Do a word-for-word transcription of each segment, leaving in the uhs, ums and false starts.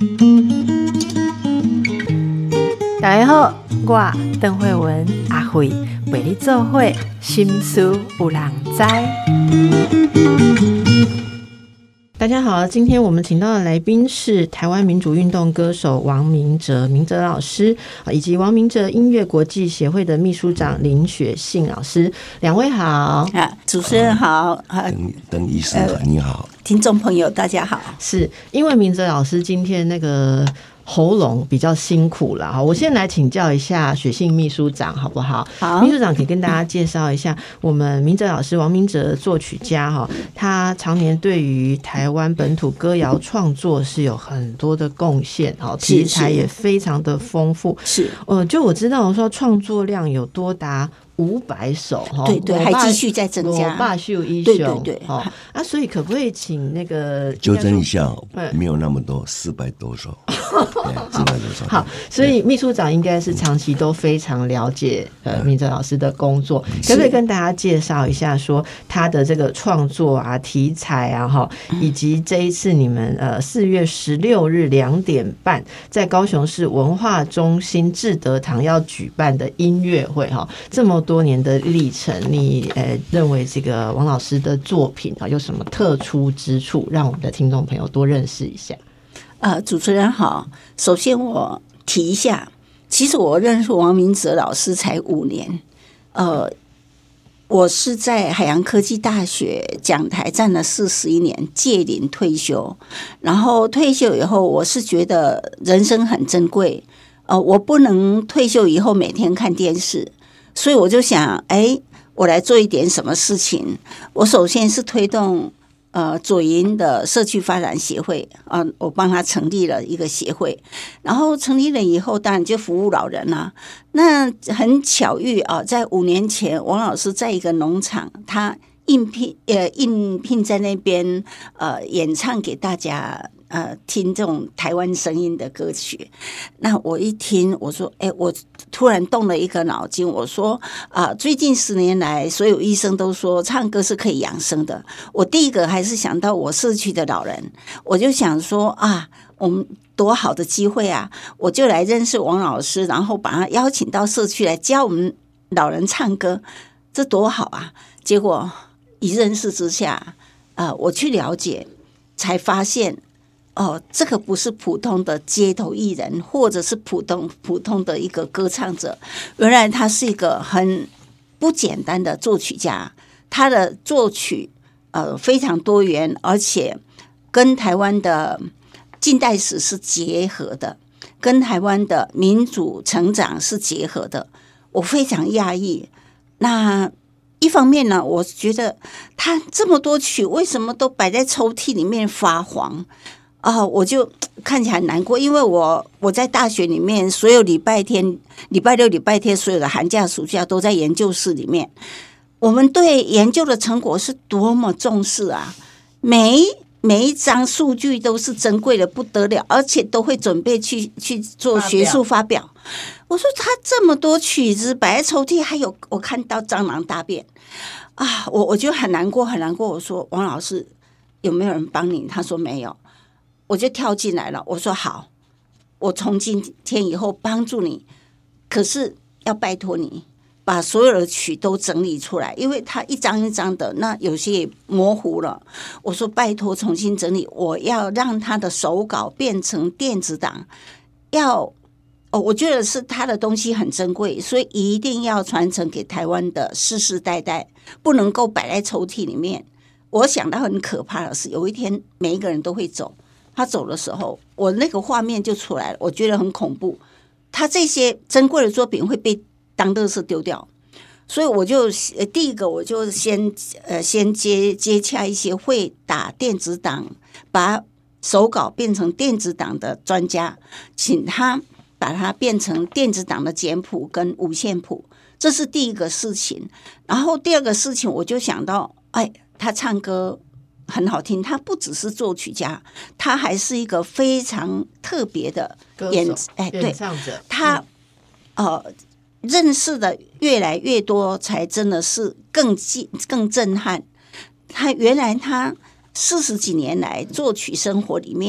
大家好，我邓惠文阿惠陪你做伙，心事有人知。大家好，今天我们请到的来宾是台湾民主运动歌手王明哲，明哲老师，以及王明哲音乐国际协会的秘书长林雪信老师，两位好。 啊，主持人好，啊， 邓邓医师好，你好， 听众朋友大家好。 是因为明哲老师今天那个喉咙比较辛苦啦，我先来请教一下雪信秘书长好不好？ 好， 秘书长可以跟大家介绍一下我们明哲老师王明哲作曲家哈，他常年对于台湾本土歌谣创作是有很多的贡献，题材也非常的丰富。 是， 呃，就我知道我说创作量有多达五百首， 对对，还继续在增加。 我爸秀英雄， 对对对， 哦啊，所以可不可以请那个纠正一下，没有那么多，四百多首，四百多首。 好，所以秘书长应该是长期都非常了解呃明哲老师的工作，可不可以跟大家介绍一下，说他的这个创作啊、题材啊，哈，以及这一次你们呃四月十六日两点半在高雄市文化中心志德堂要举办的音乐会哈，这么多年的历程，你呃认为这个王老师的作品啊有什么特殊之处，让我们的听众朋友多认识一下？ 呃，主持人好，首先我提一下，其实我认识王明哲老师才五年，呃，我是在海洋科技大学讲台站了四十一年，届龄退休，然后退休以后，我是觉得人生很珍贵，呃，我不能退休以后每天看电视。所以我就想，哎，我来做一点什么事情。我首先是推动呃左营的社区发展协会啊、呃，我帮他成立了一个协会，然后成立了以后，当然就服务老人啦、啊。那很巧遇啊，在五年前，王老师在一个农场，他应聘呃应聘在那边呃演唱给大家。呃，听这种台湾声音的歌曲，那我一听，我说，哎，我突然动了一个脑筋，我说啊、呃，最近十年来，所有医生都说唱歌是可以养生的。我第一个还是想到我社区的老人，我就想说啊，我们多好的机会啊，我就来认识王老师，然后把他邀请到社区来教我们老人唱歌，这多好啊！结果一认识之下，啊、呃，我去了解，才发现。哦，这个不是普通的街头艺人，或者是普通普通的一个歌唱者，原来他是一个很不简单的作曲家。他的作曲呃非常多元，而且跟台湾的近代史是结合的，跟台湾的民主成长是结合的。我非常讶异。那一方面呢，我觉得他这么多曲，为什么都摆在抽屉里面发黄？啊、哦，我就看起来很难过，因为我我在大学里面，所有礼拜天、礼拜六、礼拜天，所有的寒假、暑假都在研究室里面。我们对研究的成果是多么重视啊！每一每一张数据都是珍贵的不得了，而且都会准备去去做学术发表。我说他这么多曲子摆在抽屉，还有我看到蟑螂大便啊，我我就很难过，很难过。我说王老师有没有人帮你？他说没有。我就跳进来了，我说好，我从今天以后帮助你，可是要拜托你把所有的曲都整理出来，因为它一张一张的，那有些也模糊了。我说拜托重新整理，我要让他的手稿变成电子档，要哦，我觉得是他的东西很珍贵，所以一定要传承给台湾的世世代代，不能够摆在抽屉里面。我想到很可怕的是，有一天每一个人都会走。他走的时候，我那个画面就出来了，我觉得很恐怖。他这些珍贵的作品会被当垃圾丢掉，所以我就第一个我就先呃先接接洽一些会打电子档，把手稿变成电子档的专家，请他把它变成电子档的简谱跟五线谱，这是第一个事情。然后第二个事情，我就想到，哎，他唱歌。很好听，他不只是作曲家，他还是一个非常特别的演哎，对， 演唱者。 他、嗯、呃认识的越来越多，才真的是更近更震撼。他原来他四十几年来作曲生活里面，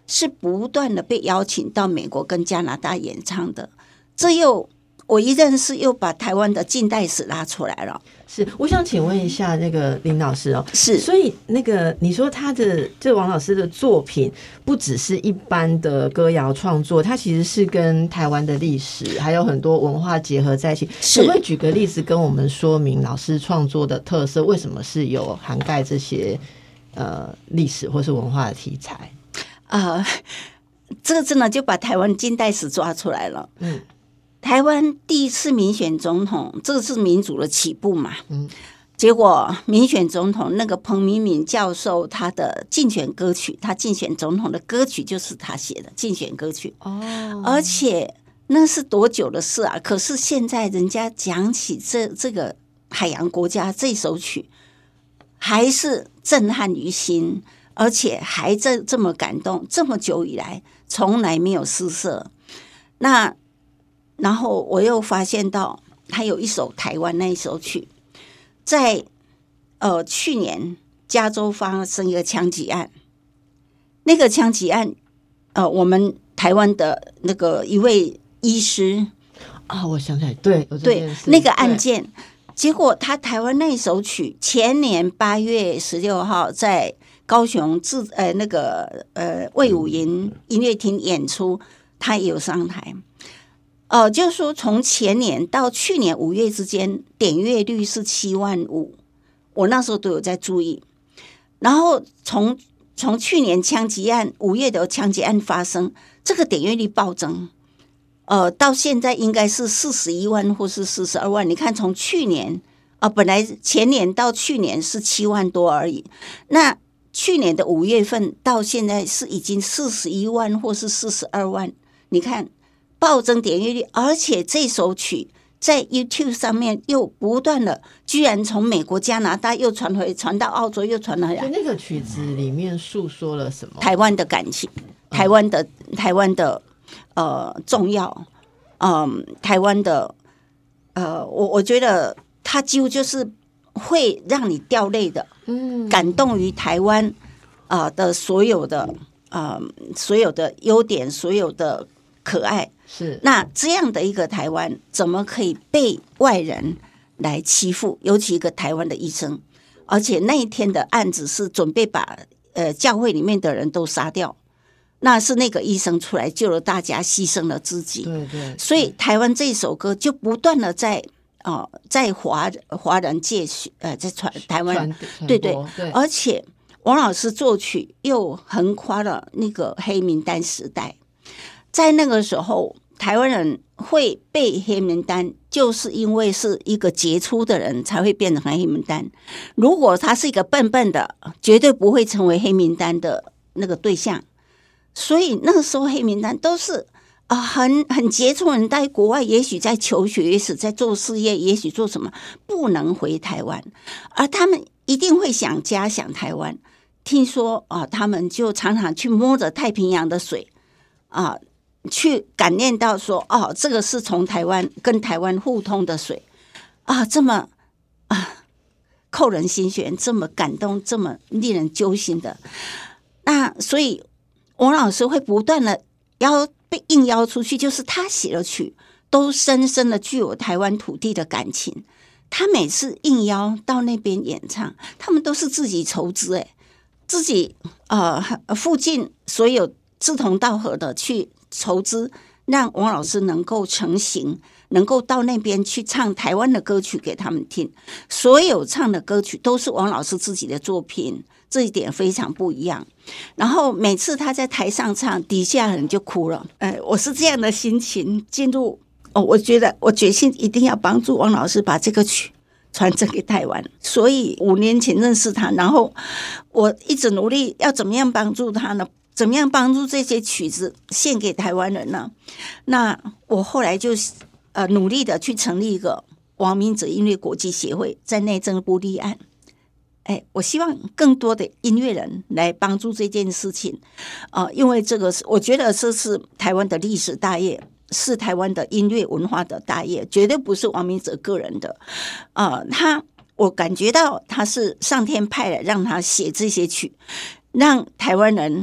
是不断的被邀请到美国跟加拿大演唱的，这又我一认识又把台湾的近代史拉出来了。 是，我想请问一下那个林老师哦， 是， 所以那个你说他的这王老师的作品不只是一般的歌谣创作，他其实是跟台湾的历史还有很多文化结合在一起。可不可以举个例子跟我们说明老师创作的特色，为什么是有涵盖这些呃历史或是文化的题材？ 啊、呃，这个真的就把台湾近代史抓出来了。 嗯。 台湾第一次民选总统，这个是民主的起步嘛？ 嗯， 结果民选总统那个彭明敏教授，他的竞选歌曲，他竞选总统的歌曲就是他写的竞选歌曲哦， 而且那是多久的事啊？可是现在人家讲起这这个海洋国家这首曲，还是震撼于心，而且还这这么感动，这么久以来从来没有失色。那然后我又发现到还有一首台湾那一首曲，在呃去年加州发生一个枪击案，那个枪击案，呃，我们台湾的那个一位医师啊，我想起来，对对那个案件，结果他台湾那一首曲前年八月十六号在高雄自呃那个呃卫武营音乐厅演出，他也有上台。呃，就是说，从前年到去年五月之间，点阅率是七万五，我那时候都有在注意。然后从从去年枪击案五月的枪击案发生，这个点阅率暴增，呃，到现在应该是四十一万或是四十二万。你看，从去年啊、呃，本来前年到去年是七万多而已，那去年的五月份到现在是已经四十一万或是四十二万，你看。暴增点阅率，而且这首曲在 YouTube 上面又不断的，居然从美国、加拿大又传回，传到澳洲，又传回来。 那个曲子里面诉说了什么？ 台湾的感情，台湾的、嗯、台湾的呃重要，嗯，台湾的呃，我我觉得它几乎就是会让你掉泪的，嗯，感动于台湾啊、呃、的所有的呃所有的优点，所有的可爱。 是， 那这样的一个台湾，怎么可以被外人来欺负？尤其一个台湾的医生，而且那一天的案子是准备把呃教会里面的人都杀掉，那是那个医生出来救了大家，牺牲了自己。 对 对, 对， 所以台湾这首歌就不断的在哦、呃，在华华人界呃在传台湾，对对对，而且王老师作曲又横跨了那个黑名单时代，在那个时候。台湾人会被黑名单，就是因为是一个杰出的人才会变成黑名单。如果他是一个笨笨的，绝对不会成为黑名单的那个对象。所以那个时候黑名单都是啊、呃、很很杰出的人，在国外也许在求学，也许在做事业，也许做什么，不能回台湾，而他们一定会想家想台湾。听说啊、呃，他们就常常去摸着太平洋的水啊。呃去感念到说，哦，这个是从台湾跟台湾互通的水啊，这么啊扣人心弦，这么感动，这么令人揪心的。那所以王老师会不断的邀被应邀出去，就是他写的曲都深深的具有台湾土地的感情。他每次应邀到那边演唱，他们都是自己筹资，哎，自己呃附近所有志同道合的去。筹资让王老师能够成型，能够到那边去唱台湾的歌曲给他们听。所有唱的歌曲都是王老师自己的作品，这一点非常不一样。然后每次他在台上唱，底下人就哭了。呃，我是这样的心情进入哦，我觉得我决心一定要帮助王老师把这个曲传承给台湾。所以五年前认识他，然后我一直努力要怎么样帮助他呢？怎么样帮助这些曲子献给台湾人呢？那我后来就呃努力的去成立一个王明哲音乐国际协会，在内政部立案。哎，我希望更多的音乐人来帮助这件事情，呃，因为这个是我觉得这是台湾的历史大业，是台湾的音乐文化的大业，绝对不是王明哲个人的。呃，他我感觉到他是上天派来让他写这些曲，让台湾人。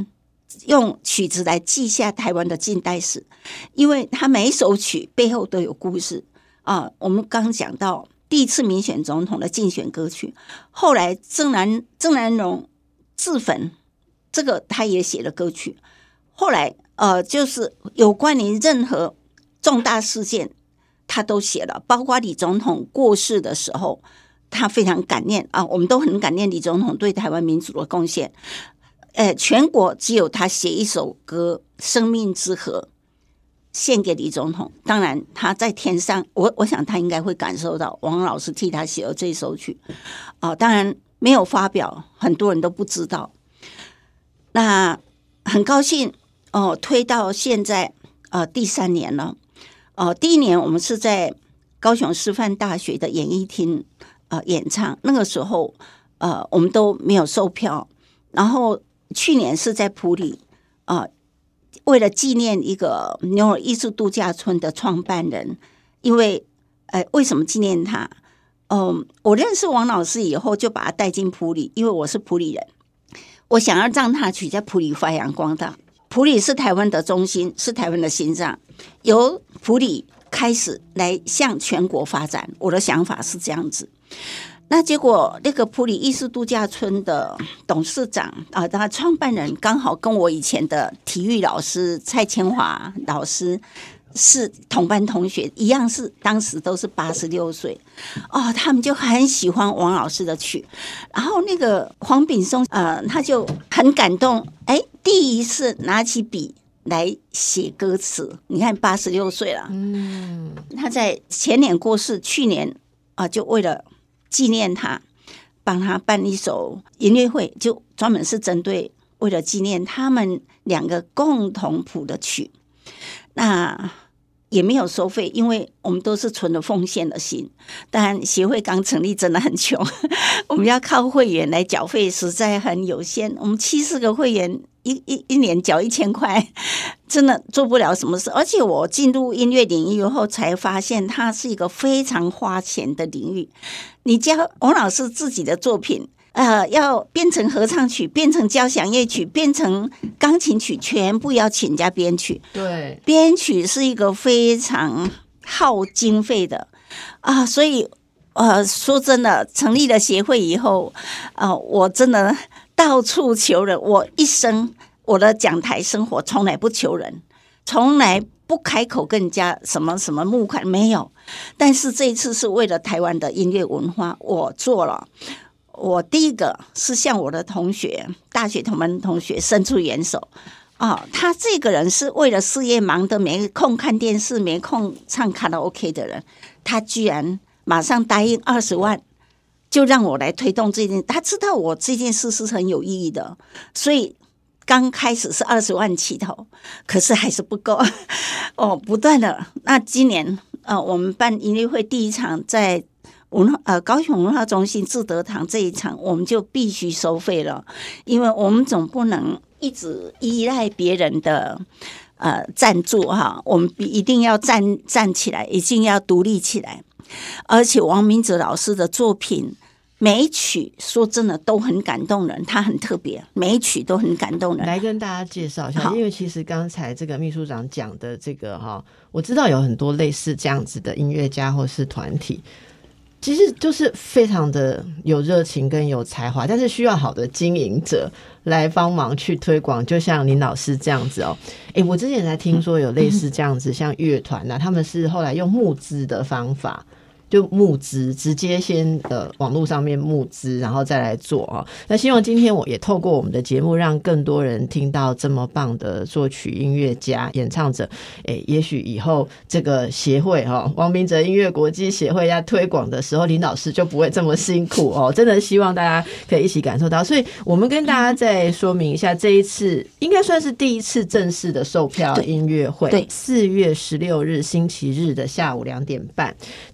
用曲子来记下台湾的近代史，因为他每一首曲背后都有故事啊。我们刚刚讲到第一次民选总统的竞选歌曲，后来郑南郑南榕自焚，这个他也写了歌曲。后来呃，就是有关于任何重大事件，他都写了，包括李总统过世的时候，他非常感念啊，我们都很感念李总统对台湾民主的贡献。呃，全国只有他写一首歌《生命之河》献给李总统。当然，他在天上，我我想他应该会感受到王老师替他写了这首曲啊。当然没有发表，很多人都不知道。那很高兴哦，推到现在呃第三年了。呃，第一年我们是在高雄师范大学的演艺厅呃演唱，那个时候呃我们都没有售票。然后去年是在埔里呃为了纪念一个牛耳艺术度假村的创办人，因为呃为什么纪念他？嗯、呃，我认识王老师以后就把他带进埔里，因为我是埔里人，我想要让他去在埔里发扬光大。埔里是台湾的中心，是台湾的心脏，由埔里开始来向全国发展。我的想法是这样子。那结果那个埔里艺术度假村的董事长啊，他创办人刚好跟我以前的体育老师蔡千华老师是同班同学，一样是当时都是八十六岁哦，他们就很喜欢王老师的曲。然后那个黄炳松呃，他就很感动，哎，第一次拿起笔来写歌词。你看八十六岁了，嗯，他在前年过世，去年啊、呃，就为了纪念他，帮他办一首音乐会，就专门是针对为了纪念他们两个共同谱的曲。那也没有收费，因为我们都是存了奉献的心。当然协会刚成立真的很穷，我们要靠会员来缴费，实在很有限。我们七十个会员一一一年缴一千块，真的做不了什么事。而且我进入音乐领域后才发现，它是一个非常花钱的领域。你教王老师自己的作品，呃，要变成合唱曲，变成交响乐曲，变成钢琴曲，全部要请人家编曲。 对， 编曲是一个非常耗经费的啊，所以呃，说真的，成立了协会以后，呃，我真的到处求人。我一生我的讲台生活从来不求人，从来不开口跟人家什么什么募款，没有。但是这一次是为了台湾的音乐文化，我做了。我第一个是向我的同学，大学同班同学伸出援手啊、哦！他这个人是为了事业忙得没空看电视、没空唱卡拉 OK 的人，他居然马上答应二十万，就让我来推动这件。他知道我这件事是很有意义的，所以刚开始是二十万起头，可是还是不够哦，不断的。那今年呃，我们办音乐会第一场在文化呃高雄文化中心志德堂这一场，我们就必须收费了，因为我们总不能一直依赖别人的呃赞助哈，我们一定要站站起来，一定要独立起来。而且王明哲老师的作品每一曲说真的都很感动人，他很特别，每一曲都很感动人。 来跟大家介绍一下，因为其实刚才这个秘书长讲的这个哈，我知道有很多类似这样子的音乐家或是团体。其实就是非常的有热情跟有才华，但是需要好的经营者来帮忙去推广，就像林老师这样子哦。诶，我之前才听说有类似这样子，像乐团啊，他们是后来用募资的方法，就募资直接先呃网络上面募资，然后再来做啊、哦。那希望今天我也透过我们的节目，让更多人听到这么棒的作曲音乐家、演唱者。诶，也许以后这个协会哈、哦，王明哲音乐国际协会在推广的时候，林老师就不会这么辛苦哦。真的希望大家可以一起感受到。所以我们跟大家再说明一下，这一次应该算是第一次正式的售票音乐会， 对， 四月十六日星期日的下午两点半，地点是在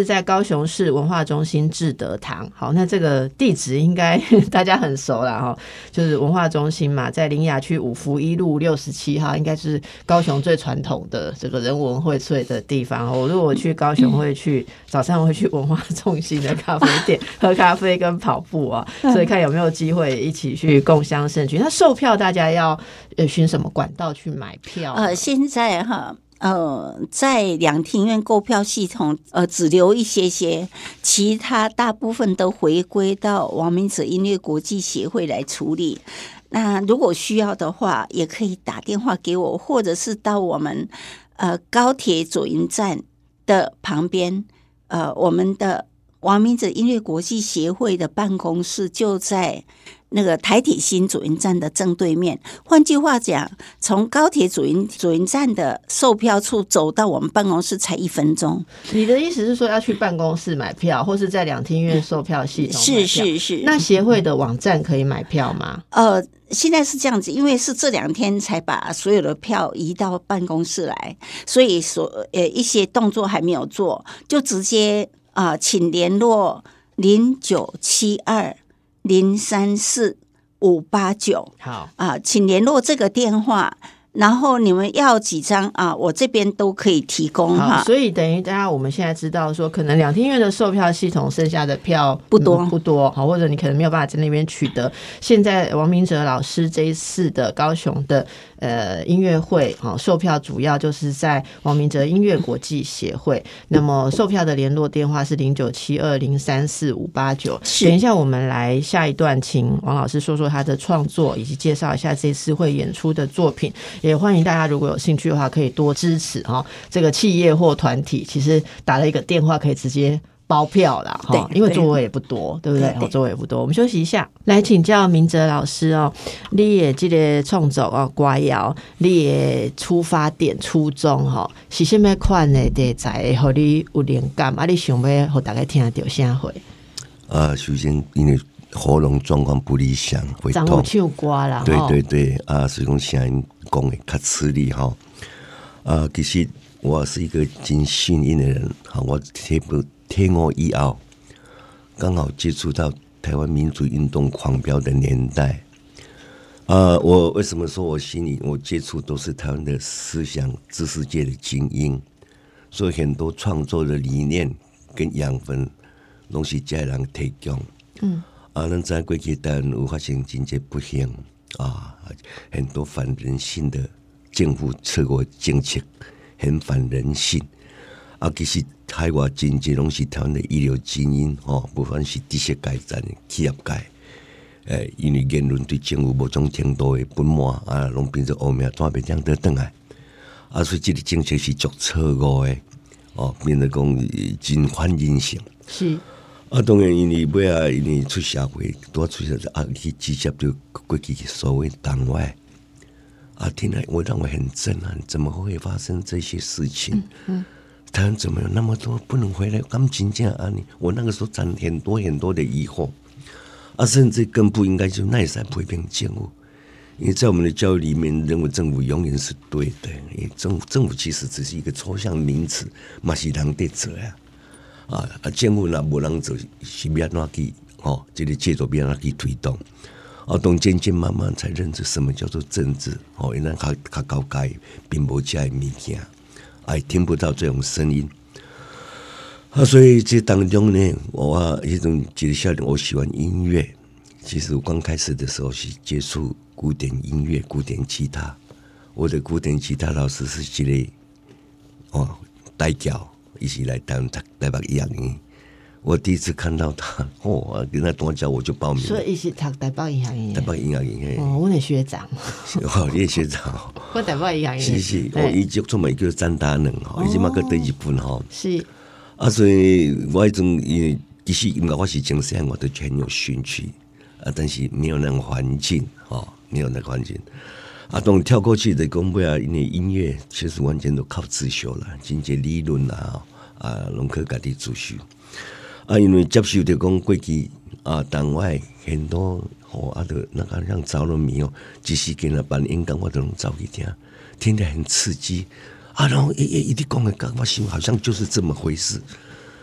在高雄市文化中心志德堂。好，那这个地址应该大家很熟了哈，就是文化中心嘛，在苓雅区五福一路六十七号，应该是高雄最传统的这个人文荟萃的地方。我如果去高雄会去早上会去文化中心的咖啡店喝咖啡跟跑步啊，所以看有没有机会一起去共襄盛举。那售票大家要呃循什么管道去买票？ 呃，现在哈。呃，在两厅院购票系统，呃，只留一些些，其他大部分都回归到王明哲音乐国际协会来处理。那如果需要的话，也可以打电话给我，或者是到我们呃高铁左营站的旁边，呃，我们的王明哲音乐国际协会的办公室就在那个台铁新左营站的正对面。换句话讲，从高铁左营左营站的售票处走到我们办公室才一分钟。 你的意思是说要去办公室买票，或是在两厅院售票系统买票？ 是是是。 那协会的网站可以买票吗？ 呃，现在是这样子，因为是这两天才把所有的票移到办公室来，所以所呃一些动作还没有做，就直接啊、呃，请联络零九七二。零三四五八九， 好啊，请联络这个电话。然后你们要几张啊？我这边都可以提供哈。 所以等于大家我们现在知道说，可能两厅院的售票系统剩下的票不多、嗯、 不多，好，或者你可能没有办法在那边取得。现在王明哲老师这一次的高雄的呃音乐会，好，售票主要就是在王明哲音乐国际协会。那么售票的联络电话是零九七二零三四五八九。等一下我们来下一段，请王老师说说他的创作，以及介绍一下这次会演出的作品。也欢迎大家如果有兴趣的话，可以多支持哈。这个企业或团体，其实打了一个电话可以直接包票啦哈，因为座位也不多，对不对？对对座位也不多。我们休息一下，来请教明哲老师哦，你的这个创作哦，歌谣，你的出发点初衷哈，是什么款的题材会让你有灵感？啊，你想要让大家听到啥会？ 啊，首先因为喉咙状况不理想，会痛， 唱歌啦， 对对对啊，所以讲声音讲的较吃力哈。啊，其实我是一个真幸运的人哈，我天不天我以后刚好接触到台湾民主运动狂飙的年代。啊，我为什么说我幸运？我接触都是台湾的思想知识界的精英，所以很多创作的理念跟养分都是这人提供。嗯。啊，咱在过去台湾有发生经济不幸啊，很多反人性的政府策过政策，很反人性。啊，其实海外真济拢是台湾的一流精英哦，不管是知识界、咱企业界，诶，因为言论对政府某种程度的不满啊，拢变成后面转变样得转来。啊，所以这个政策是足错误的哦，变得讲真反人性。 是。 啊，当然，因为尾啊，因为出社会，多出社会啊，去直接就过去所谓党外啊，听来我让我很震撼，怎么会发生这些事情？嗯，嗯台湾怎么有那么多不能回来？他们真正啊，你我那个时候产很多很多的疑惑啊，甚至更不应该就那也是批评政府，因为在我们的教育里面，认为政府永远是对的，因为政府政府其实只是一个抽象名词，嘛是人在做呀。啊啊！政府若无人做，是要怎去哦？这个制度要怎去推动？啊，当渐渐慢慢才认知什么叫做政治哦，因为较较高阶，并无这样物件，哎，听不到这种声音啊。所以这当中呢，我一种一个少年，我喜欢音乐。其实我刚开始的时候是接触古典音乐、古典吉他。我的古典吉他老师是一个哦，代教。一起来当台北一样的，我第一次看到他，哦，跟他多讲我就报名。 所以一起读台北一样的， 台北一样的。 哦，我的学长， 哦，你的学长， 我台北一样的。 是是，我以前做嘛叫张达能，哦，以前嘛个第一本哈。 是。 啊，所以我一种因其实因为我是精神，我都很有兴趣啊，但是没有那个环境，哦，没有那个环境。啊，当跳过去的讲尾啊，因为音乐其实完全都靠自修了，经济理论啊，啊，拢靠家己自修。啊，因为接受着讲过去啊，党外很多哦，啊，的那个像着了迷哦，即时间啊办演讲，我都能走去听，听得很刺激啊，然后一一一直讲的，我心好像就是这么回事。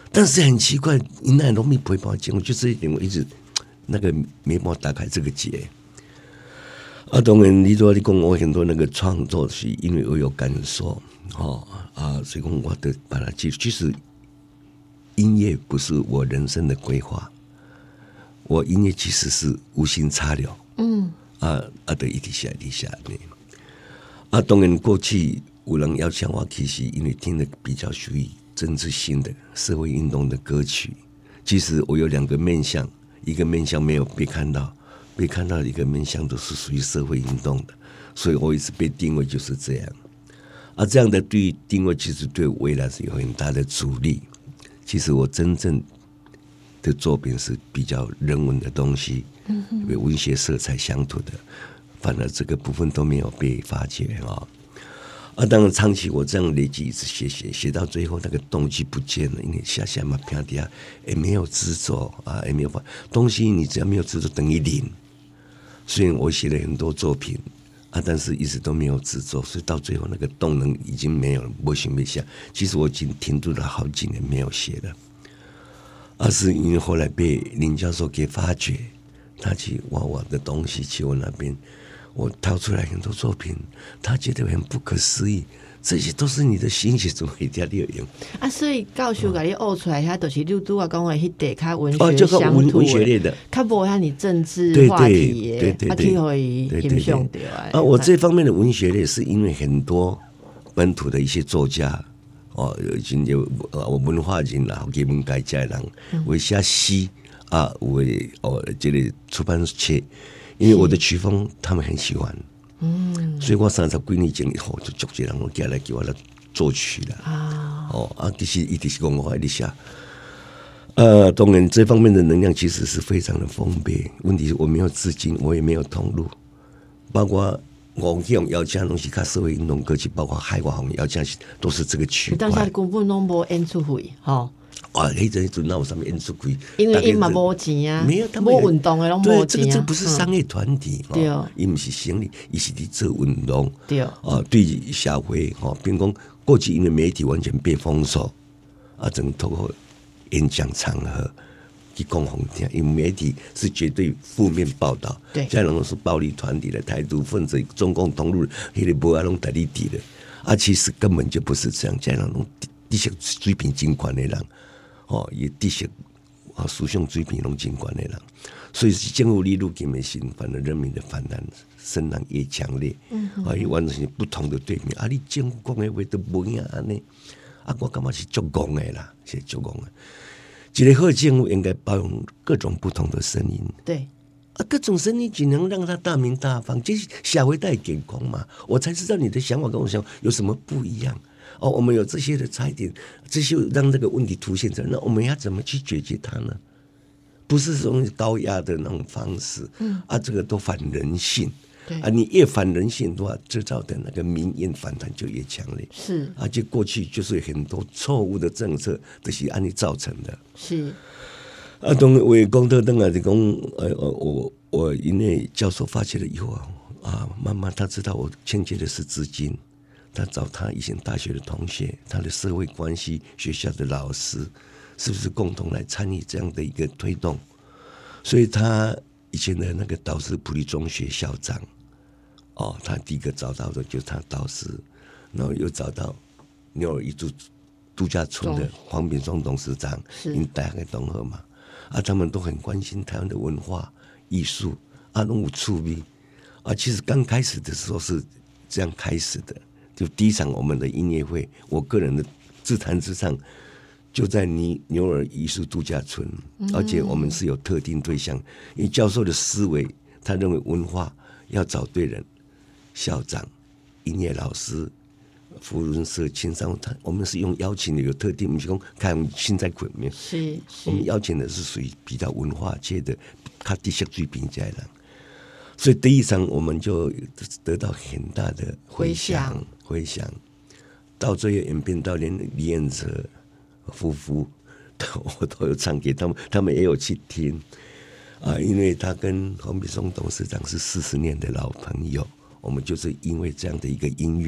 但是很奇怪，那农民不会帮我讲，我就这一点我一直那个没办法打开这个结。啊，当然你说你讲我很多那个创作是因为我有感受，哦啊，所以讲我得把它记住。其实音乐不是我人生的规划，我音乐其实是无心插柳，嗯，啊啊的一滴下一滴下呢。啊，当然过去有人要向我，其实因为听的比较属于政治性的社会运动的歌曲。其实我有两个面向，一个面向没有被看到，被看到的一个面向都是属于社会运动的，所以我一直被定位就是这样。啊，这样的对定位其实对我未来是有很大的阻力。其实我真正的作品是比较人文的东西，嗯，有文学色彩乡土的。反而这个部分都没有被发掘啊！啊，当然长期我这样累积一直写写写到最后，那个动机不见了，因为下下嘛偏底下也没有执着啊，也没有东西，你只要没有执着等于零。虽然我写了很多作品啊，但是一直都没有执着，所以到最后那个动能已经没有了，没写没下。其实我已经停住了好几年没有写了，而是因为后来被林教授给发掘，他去挖我的东西，去我那边。我掏出来很多作品，他觉得很不可思议，这些都是你的心血，怎么会这样用啊？所以教授给你挖出来，他都是你拄啊讲的迄块较文学乡土文学类的， 较无遐你政治话题的，对对对， 啊，可以影响到啊。 啊，我这方面的文学类是因为很多本土的一些作家哦，已经有呃文化人啦，基本改家人为写诗啊，为哦这个出版社。因为我的曲风他们很喜欢，嗯，所以我三十几年前以后就逐个人我叫来叫我来作曲了啊，哦啊，其实一直是讲我爱你写，呃，当然这方面的能量其实是非常的丰沛。问题是我没有资金，我也没有通路，包括我用邀请东西，看社会运动歌曲，包括海外红邀请都是这个区块。 当下根本拢无演出费，哈。 啊，那阵阵那有什么演出费？ 因为因嘛无钱啊， 没有，他们无运动的拢无钱啊。 这个这不是商业团体， 对， 伊不是生意，伊是伫做运动， 对， 啊，对社会，哈，比如讲过去因为媒体完全被封锁，啊，整透过演讲场合去讲红听，因为媒体是绝对负面报道， 对， 这样拢是暴力团体的台独分子、中共同路，迄个无阿拢代理底的，啊，其实根本就不是这样，这样拢的确水平真悬的人。哦，也的确啊，思想水平拢真悬的人，所以政府利入金的心，反正人民的反弹声浪越强烈，嗯，啊，伊完全是不同的对面。啊，你政府讲的话都无影安尼，啊，我感觉是足戆的啦，是足戆的。一个好政府应该包容各种不同的声音， 对， 啊，各种声音只能让它大鸣大放，这社会带健康嘛，我才知道你的想法跟我想法有什么不一样。哦，我们有这些的差点，这些让这个问题凸显出来，那我们要怎么去解决它呢？不是这种高压的那种方式，嗯，啊，这个都反人性，对啊，你越反人性的话，制造的那个民怨反弹就越强烈， 是， 而且过去就是很多错误的政策都是按你造成的， 是， 啊，当为公特登啊，就讲，呃，我我因为教授发现了以后啊，啊，慢慢他知道我欠缺的是资金。他找他以前大学的同学，他的社会关系、学校的老师，是不是共同来参与这样的一个推动？所以他以前的那个导师普利中学校长，哦，他第一个找到的就是他导师，然后又找到牛耳一度度假村的黄炳松董事长，因大学同学嘛，啊，他们都很关心台湾的文化艺术，啊，拢有趣味，啊，其实刚开始的时候是这样开始的。就第一场我们的音乐会，我个人的自弹自唱，就在尼牛耳艺术度假村，而且我们是有特定对象，因为教授的思维，他认为文化要找对人，校长、音乐老师、福伦社、青商，他我们是用邀请的，有特定，我们是讲看现在捆面， 是， 我们邀请的是属于比较文化界的，他的确水平在的。所以第一场我们就得到很大的回响，回响到最后演变到连李彦哲夫妇，我都有唱给他们，他们也有去听啊。因为他跟黄炳松董事长是四十年的老朋友，我们就是因为这样的一个因缘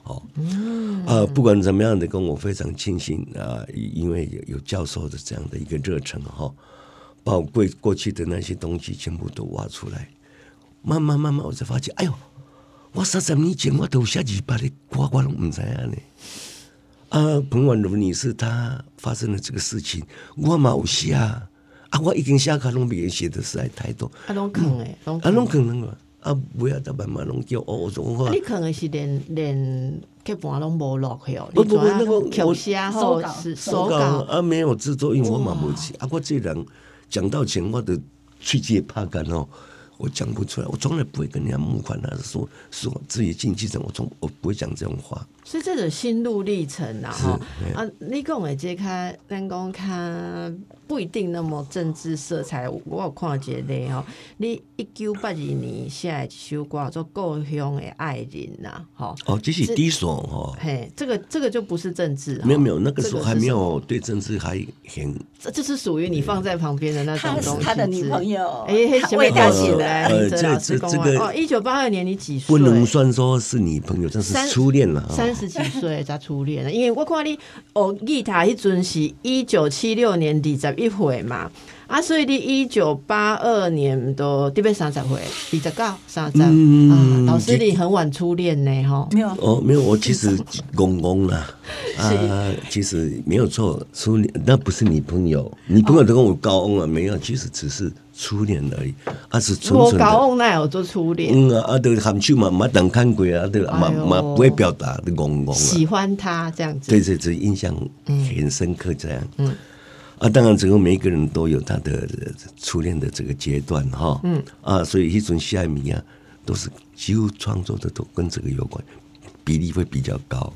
哦，嗯、呃，不管怎么样的，跟我非常庆幸啊、呃，因为有有教授的这样的一个热忱哈、哦，把我过过去的那些东西全部都挖出来，慢慢慢慢，我才发现，哎呦，我三十年前我都有写字把的歌，我都唔知啊呢。啊，彭婉如女士她发生了这个事情，我嘛有写啊，啊，我已经写卡拢别写的实在太多， 啊，拢坑诶， 啊，拢坑能个。啊，不要再慢慢弄叫哦，种话。 你可能是连连基本上拢无落去哦。 不不不，那个我写后是手稿啊，没有制作，因为我嘛无去啊，我这人讲到钱，我的喙齿怕干哦，我讲不出来，我从来不会跟人家募款啊，说说自己经纪人，我从我不会讲这种话。 所以这个心路历程啊，哈啊，你讲的这看，咱讲看不一定那么政治色彩。我有看一个吼，你一九八二年写的一首歌叫做《故乡的爱人》呐，哈。 哦，这是第一首哦。 嘿，这个这个就不是政治。 没有没有，那个时候还没有对政治还很。 这这是属于你放在旁边的那种东西。 他的女朋友， 哎，为他写的。 呃，这这这个哦，一九八二年你几岁？ 不能算说是女朋友，这是初恋了。 三十几岁才初恋了，因为我看你学吉他迄阵是一九七六年二十一岁嘛，啊，所以你一九八二年都得要三十岁，二十九、三十啊，老师你很晚初恋呢，哈， 没有哦，没有，我其实公公啦，啊，其实没有错，初恋那不是女朋友，女朋友都跟我交往了没有，其实只是初恋而已，啊是纯纯的。 我交往那有做初恋， 嗯啊，啊，都含蓄嘛，嘛当看过啊，都嘛嘛不会表达的公公啊， 喜欢他这样子， 对对对，印象很深刻这样，嗯。啊，当然，整个每一个人都有他的初恋的这个阶段哈，嗯啊，所以一种下米啊，都是几乎创作的都跟这个有关，比例会比较高。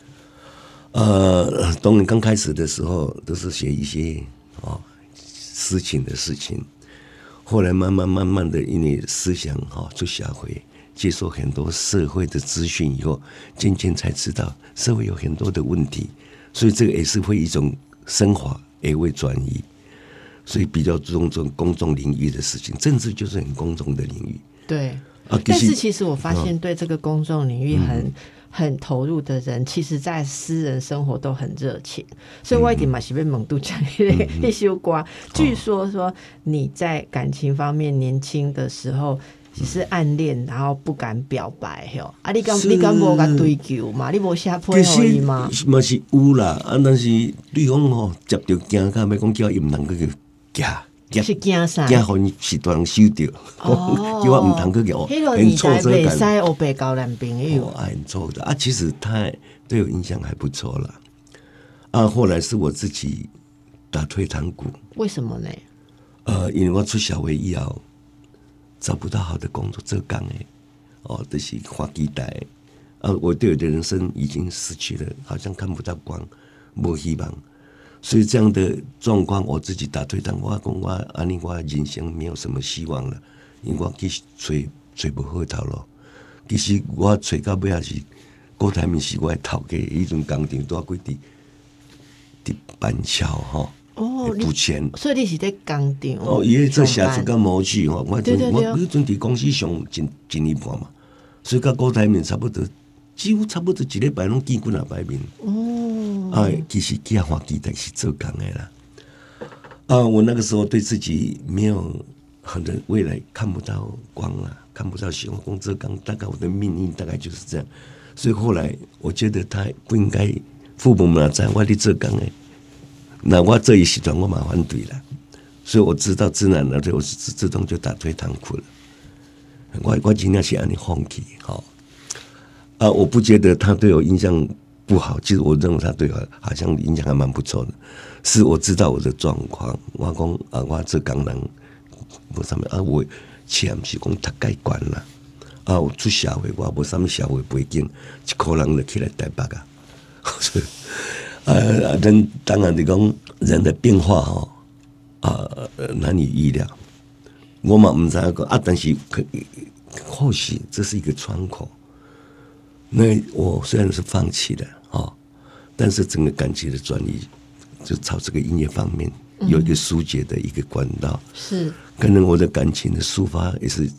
呃，当然刚开始的时候都是写一些哦事情的事情，后来慢慢慢慢的，因为思想哈出社会，接受很多社会的资讯以后，渐渐才知道社会有很多的问题，所以这个也是会一种升华。也会转移，所以比较注重这种公众领域的事情。政治就是很公众的领域。 对，啊、但是其实我发现，对这个公众领域很、嗯、很投入的人，其实在私人生活都很热情。所以我一定嘛是被猛度讲一首歌。据说说你在感情方面年轻的时候。只是暗恋，然后不敢表白，吼！啊，你敢你敢无甲追求嘛？你无写配合伊吗？ 嘛是有啦，啊，但是对方吼接到惊到要讲叫伊毋通去夹夹， 是惊啥？ 惊互伊是段人收着，叫我毋通去夹，很挫折感。 袂使黑白交男朋友， 啊，很挫折啊！其实他对我印象还不错啦。啊，后来是我自己打退堂鼓。 为什么呢？ 呃，因为我出社会以后。找不到好的工作做工诶，哦，这是花期待，啊，我对我的人生已经失去了，好像看不到光，没希望，所以这样的状况，我自己打退堂鼓，我讲我安尼我人生没有什么希望了，因为我其实找找不好头路，其实我找到尾也是郭台铭是我的头家，迄阵工厂多几伫伫板桥吼。哦，补钱， 所以你是在工厂哦，伊做写字甲模具吼，我阵我迄阵伫公司上一一年半嘛，所以甲郭台铭差不多，几乎差不多一礼拜拢见几啊摆面。哦，啊，其实去花期待是做工的啦。啊，我那个时候对自己没有很的未来看不到光了，看不到希望，工做工大概我的命运大概就是这样。所以后来我觉得他不应该，父母们在外地做工的。那我这一时段我蛮反对了，所以我知道自然而然我是自自动就打退堂鼓了。我我尽量是让你放弃，好啊，我不觉得他对我印象不好，其实我认为他对我好像印象还蛮不错的。是我知道我的状况，我讲啊，我这工人无啥物啊，我钱是讲读介悬啦，啊，我出社会我无啥物社会背景，一个人就起来台北啊，所以。呃，人当然你讲人的变化哈，啊、呃，难以预料。我嘛唔知道啊，但是可或许这是一个窗口。那我虽然是放弃了啊，但是整个感情的转移就朝这个音乐方面有一个疏解的一个管道。 是， 可能我的感情的抒发也是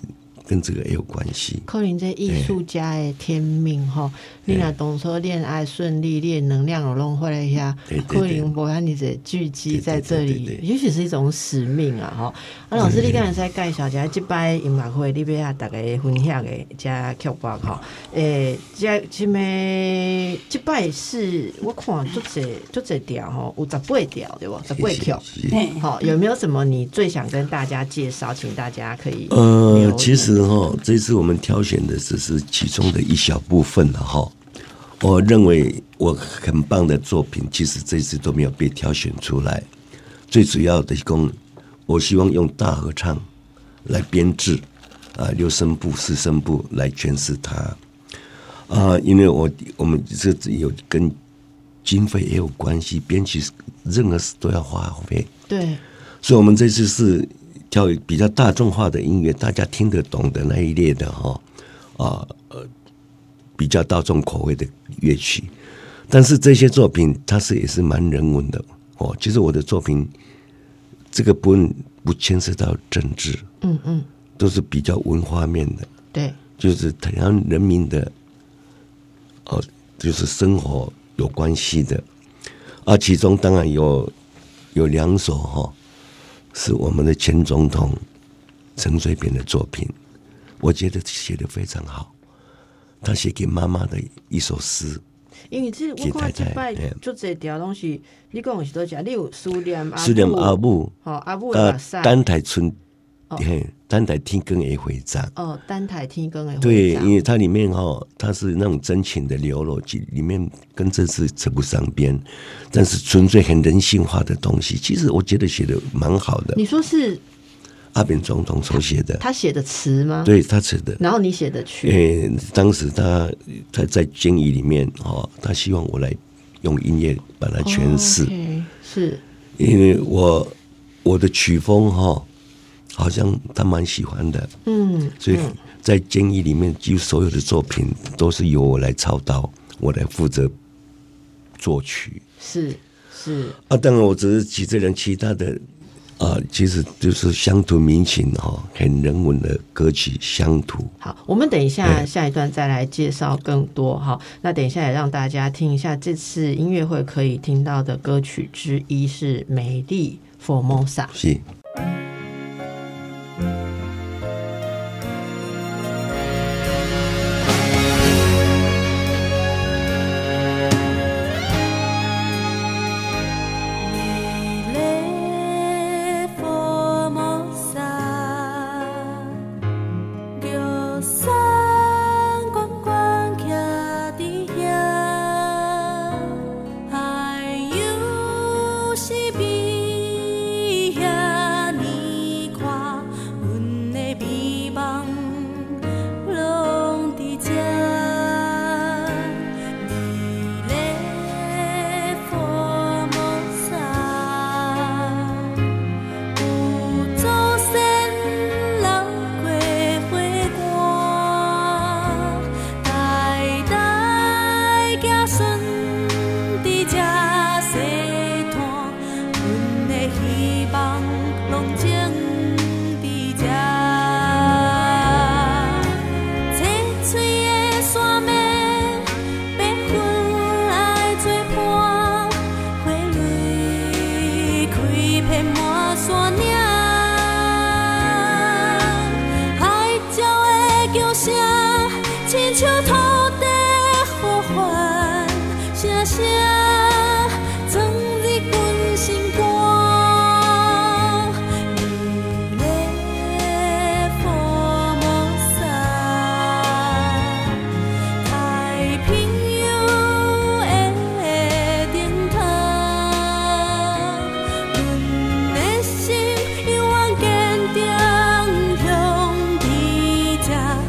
跟这个也有关系。 可能这艺术家的天命吼，你若当初恋爱顺利，你的能量有弄回来一下，可能无让你这聚集在这里，也许是一种使命啊吼。啊，老师，你刚才在介绍一下这摆音乐会，你要向大家分享的这曲目吼，诶，这这么这摆是我看足侪足侪条吼，有十八条对不？十八曲，好，有没有什么你最想跟大家介绍？请大家可以呃，其实哈，这次我们挑选的只是其中的一小部分了哈。我认为我很棒的作品，其实这次都没有被挑选出来。最主要的功，我希望用大合唱来编制啊，六声部、四声部来诠释它啊，因为我我们这有跟经费也有关系，编曲任何事都要花费。 对， 所以我们这次是挑比较大众化的音乐，大家听得懂的那一列的哈啊呃比较大众口味的乐曲。但是这些作品它是也是蛮人文的哦。其实我的作品这个不不牵涉到政治，嗯嗯，都是比较文化面的， 对， 就是台湾人民的哦，就是生活有关系的。啊，其中当然有有两首哈，是我们的前总统陈水扁的作品，我觉得写得非常好。他写给妈妈的一首诗。 因为这我看这摆足侪条拢是，你讲的是多少？你有思念阿母， 思念阿母， 吼阿母的目屎， 等待春，嘿，等待天光的回章。哦， 等待天光的回章。 对，因为它里面哈，它是那种真情的流露，里面跟这次扯不上边，但是纯粹很人性化的东西，其实我觉得写的蛮好的。 你说是？ 阿扁总统所写的， 他写的词吗？ 对，他写的。 然后你写的曲。 诶，当时他他在监狱里面哦，他希望我来用音乐把它诠释。 哦 okay, 是， 因为我我的曲风哈、哦，好像他蛮喜欢的。嗯，所以在监狱里面，几乎所有的作品都是由我来操刀，我来负责作曲。 是是。 啊，当然我只是举这人其他的。啊，其实就是乡土民情哈，很人文的歌曲乡土。 好，我们等一下下一段再来介绍更多哈。那等一下也让大家听一下这次音乐会可以听到的歌曲之一是《美丽 Formosa》。 是。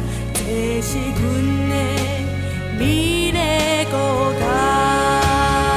是阮的美丽国家。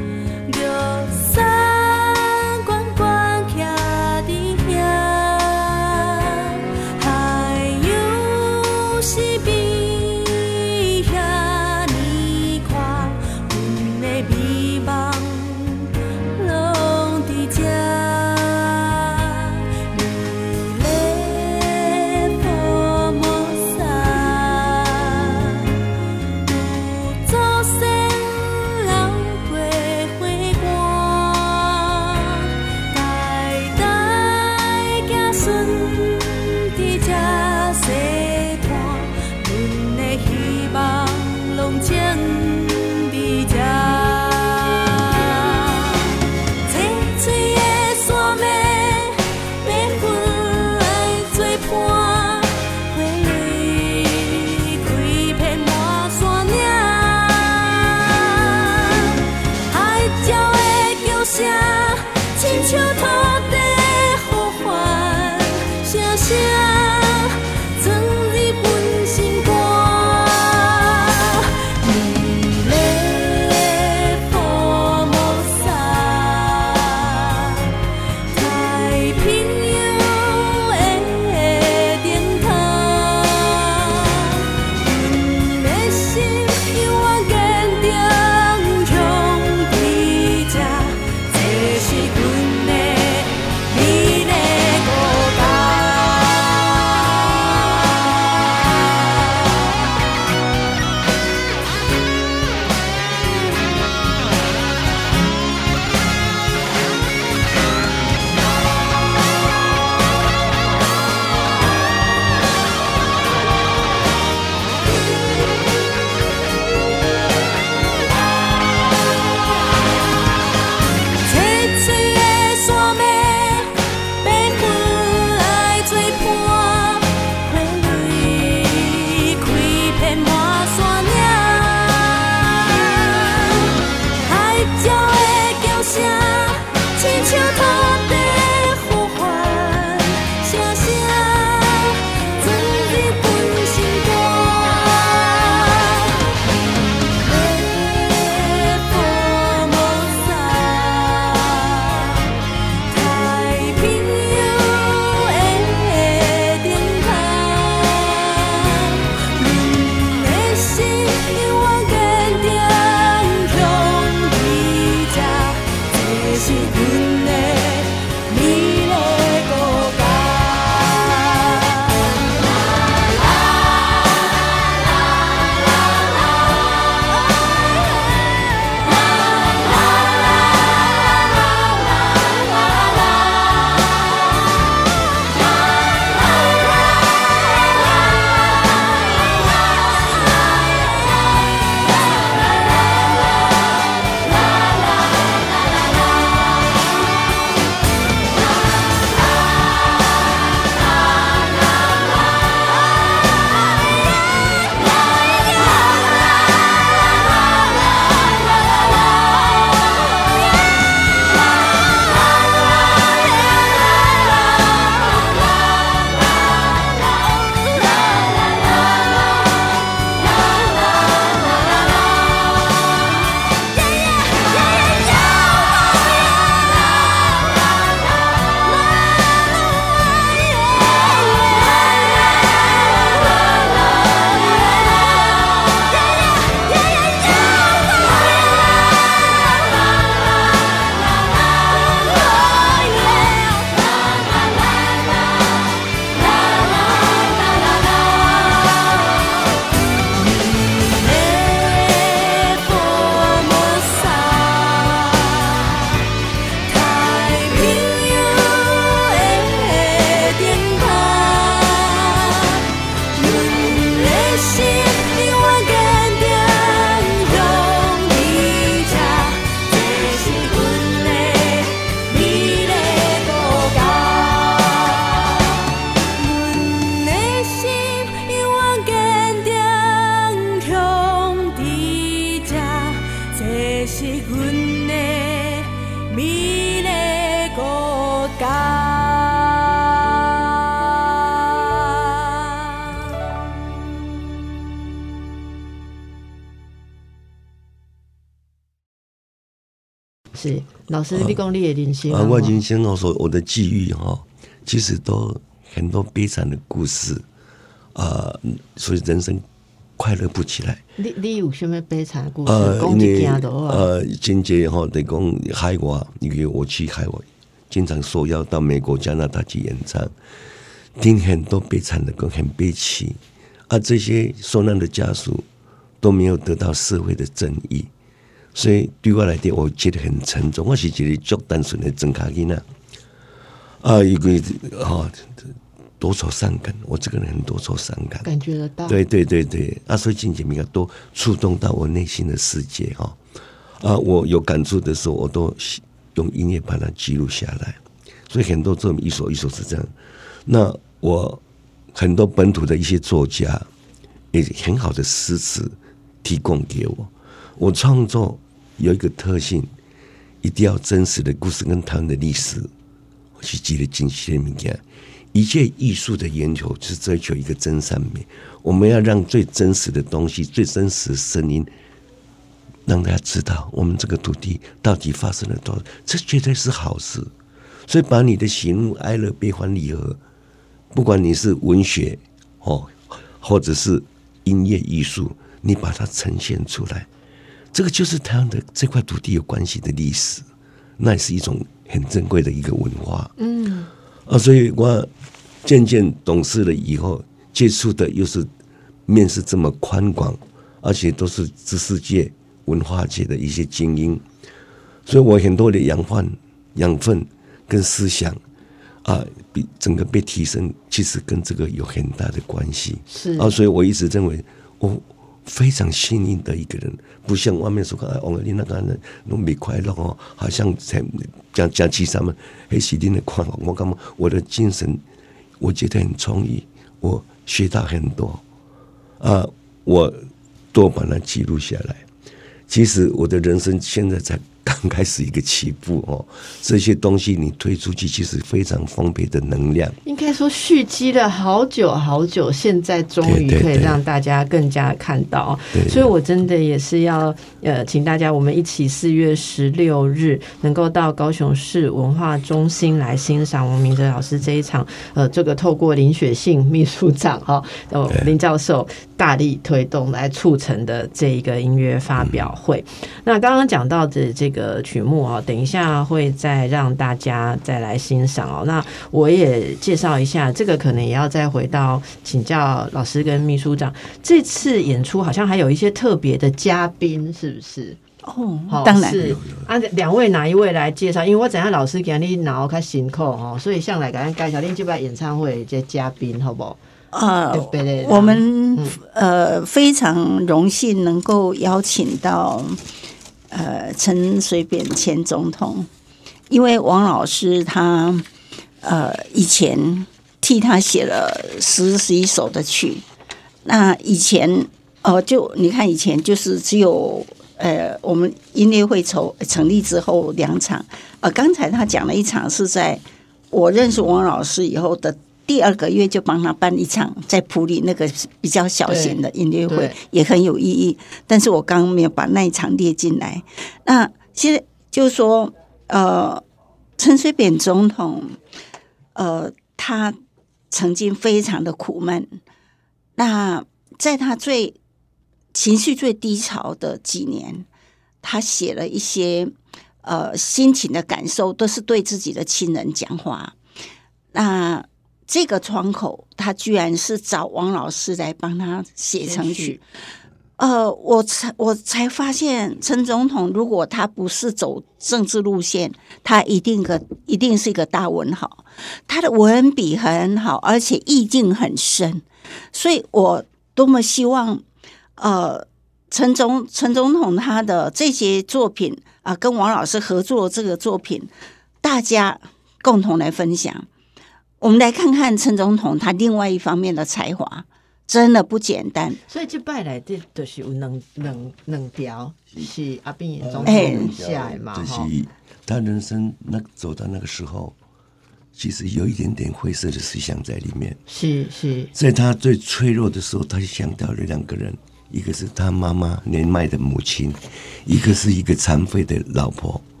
是老师，你讲你的人生啊，我人生我说我的际遇哈，其实都很多悲惨的故事啊、呃，所以人生快乐不起来。 你你有什么悲惨的故事？ 呃， 讲一件就好啊。 呃，间接哈，得讲海外，因为我去海外，经常受邀到美国、加拿大去演唱，听很多悲惨的歌，很悲戚。啊，这些受难的家属都没有得到社会的正义，所以对我来讲，我觉得很沉重。我是一个足单纯的真卡囡仔，啊，一个哈。多愁善感，我这个人很多愁善感， 感觉得到。对对对对，啊，所以渐渐比较多触动到我内心的世界哈。啊，我有感触的时候，我都用音乐把它记录下来。所以很多这么一首一首是这样。那我很多本土的一些作家，也很好的诗词提供给我。我创作有一个特性，一定要真实的故事跟台湾的历史，我去记得进去的物件。一切艺术的研究是追求一个真善美，我们要让最真实的东西、最真实的声音，让大家知道我们这个土地到底发生了多少，这绝对是好事。所以把你的喜怒哀乐、悲欢离合，不管你是文学哦，或者是音乐艺术，你把它呈现出来，这个就是台湾的这块土地有关系的历史，那也是一种很珍贵的一个文化。嗯。啊，所以我渐渐懂事了以后，接触的又是面是这么宽广，而且都是知识界、文化界的一些精英，所以我很多的养分、养分跟思想啊，比整个被提升，其实跟这个有很大的关系。 是啊，所以我一直认为我非常幸运的一个人，不像外面说的，王尔你那个人都没快乐哦，好像才讲讲起什么，还是你的快乐。我感觉我的精神，我觉得很充裕，我学到很多啊，我都把它记录下来。其实我的人生现在才刚开始一个起步哦，这些东西你推出去，其实非常丰沛的能量。 应该说蓄积了好久好久，现在终于可以让大家更加看到。对对对，所以我真的也是要呃，请大家我们一起四月十六日能够到高雄市文化中心来欣赏王明哲老师这一场呃，这个透过林雪信秘书长哈、哦、林教授大力推动来促成的这一个音乐发表会。嗯、那刚刚讲到的这个曲目哦，等一下会再让大家再来欣赏哦。那我也介绍一下，这个可能也要再回到请教老师跟秘书长。这次演出好像还有一些特别的嘉宾，是不是？ 哦，当然是啊，两位哪一位来介绍？因为我知道老师今天脑较辛苦哦，所以向来给咱介绍恁这摆演唱会这嘉宾，好不好？ 呃，我们、嗯、呃非常荣幸能够邀请到呃陈水扁前总统，因为王老师他呃以前替他写了十十一首的曲，那以前呃就你看以前就是只有呃我们音乐会筹成立之后两场，呃刚才他讲了一场是在我认识王老师以后的第二个月就帮他办一场在埔里那个比较小型的音乐会，也很有意义。但是我刚刚没有把那一场列进来。那现在就是说，呃，陈水扁总统，呃，他曾经非常的苦闷。那在他最情绪最低潮的几年，他写了一些呃心情的感受，都是对自己的亲人讲话。那这个窗口，他居然是找王老师来帮他写成曲。呃，我才我才发现，陈总统如果他不是走政治路线，他一定个一定是一个大文豪。他的文笔很好，而且意境很深，所以我多么希望，呃，陈总陈总统他的这些作品啊、呃，跟王老师合作这个作品，大家共同来分享。我们来看看陈总统他另外一方面的才华，真的不简单。 所以这摆来这就是有两两两条是阿扁总统下来嘛， 就是他人生那走到那个时候，其实有一点点灰色的思想在里面。 是是， 在他最脆弱的时候，他就想到了两个人，一个是他妈妈年迈的母亲，一个是一个残废的老婆。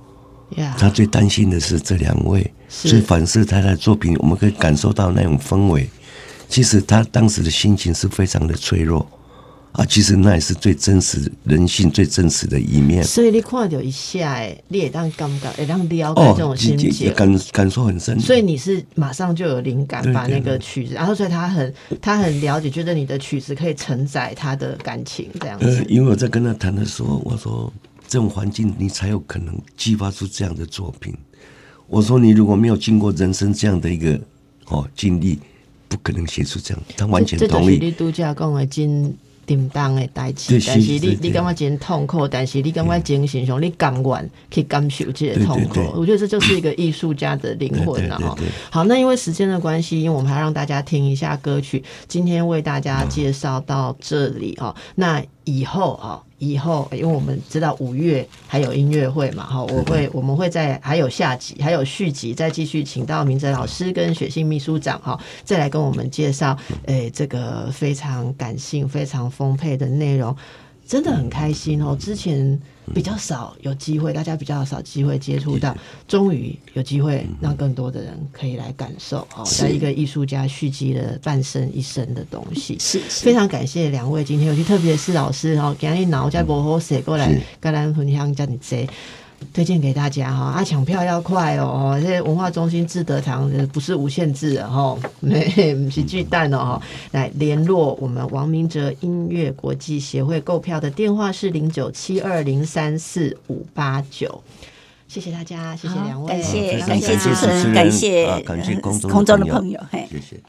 Yeah. 他最担心的是这两位，所以反射他的作品，我们可以感受到那种氛围。其实他当时的心情是非常的脆弱啊，其实那也是最真实人性最真实的一面。 所以你看到一下，哎，你也当感觉，也当了解这种心情， 哦、感感受很深。 所以你是马上就有灵感，把那个曲子，然后所以他很他很了解，觉得你的曲子可以承载他的感情这样子。 呃，因为我在跟他谈的时候，我说这种环境你才有可能激发出这样的作品。我说你如果没有经过人生这样的一个哦经历，不可能写出这样。他完全同意。 这就是你拄则讲的真沉重的代志，但是你你感觉真痛苦，但是你感觉精神上你甘愿去感受这个痛苦。 对对对， 我觉得这就是一个艺术家的灵魂了哈。好，那因为时间的关系，因为我们还让大家听一下歌曲，今天为大家介绍到这里哦。那以后啊。以后，因为我们知道五月还有音乐会嘛，哈，我会我们会在还有下集，还有续集，再继续请到明哲老师跟雪杏秘书长哈，再来跟我们介绍，诶，这个非常感性、非常丰沛的内容，真的很开心哦。之前比较少有机会，大家比较少机会接触到，终于有机会让更多的人可以来感受哦，在一个艺术家蓄积了半生一生的东西。 是， 非常感谢两位今天尤其特别是老师哦，今天脑在不好写过来，跟咱分享这么多。推荐给大家哈，啊，抢票要快哦！这些文化中心志德堂不是无限制的哈，没不是巨蛋哦哈。来联络我们王明哲音乐国际协会购票的电话是零九七二零三四五八九。谢谢大家，谢谢两位， 感谢感谢主持人， 感谢感谢空中空中的朋友，嘿， 谢谢。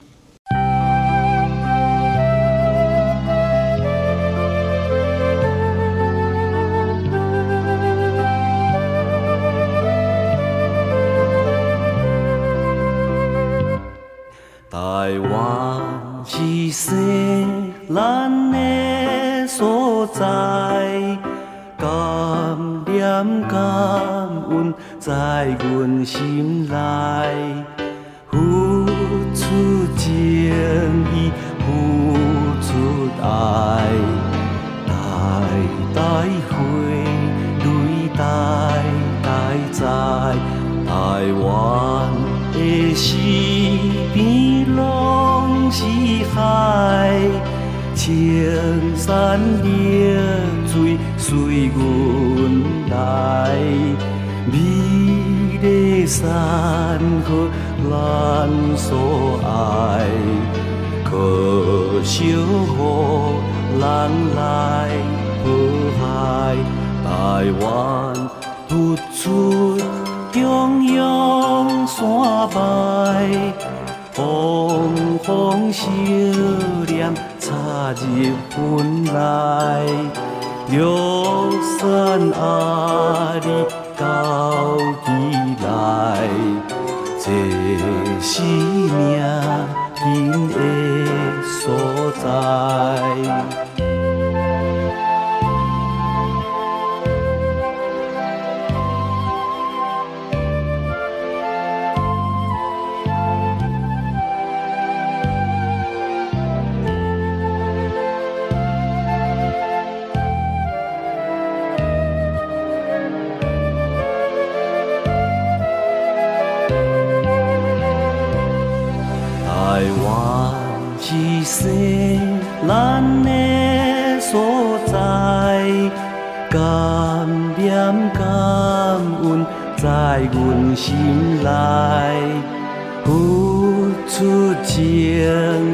台湾是西咱的所在，感念感恩在阮心内，付出情意，付出爱，代代回泪，代代在台湾的诗边。拢是海，青山绿水随阮来，美丽山河咱所爱，可惜予人来迫害。台湾突出中央山脉。风风少年插入魂内，玉山阿里高起来，这是命运的所在。是咱的所在，感念感恩在阮心内，付出情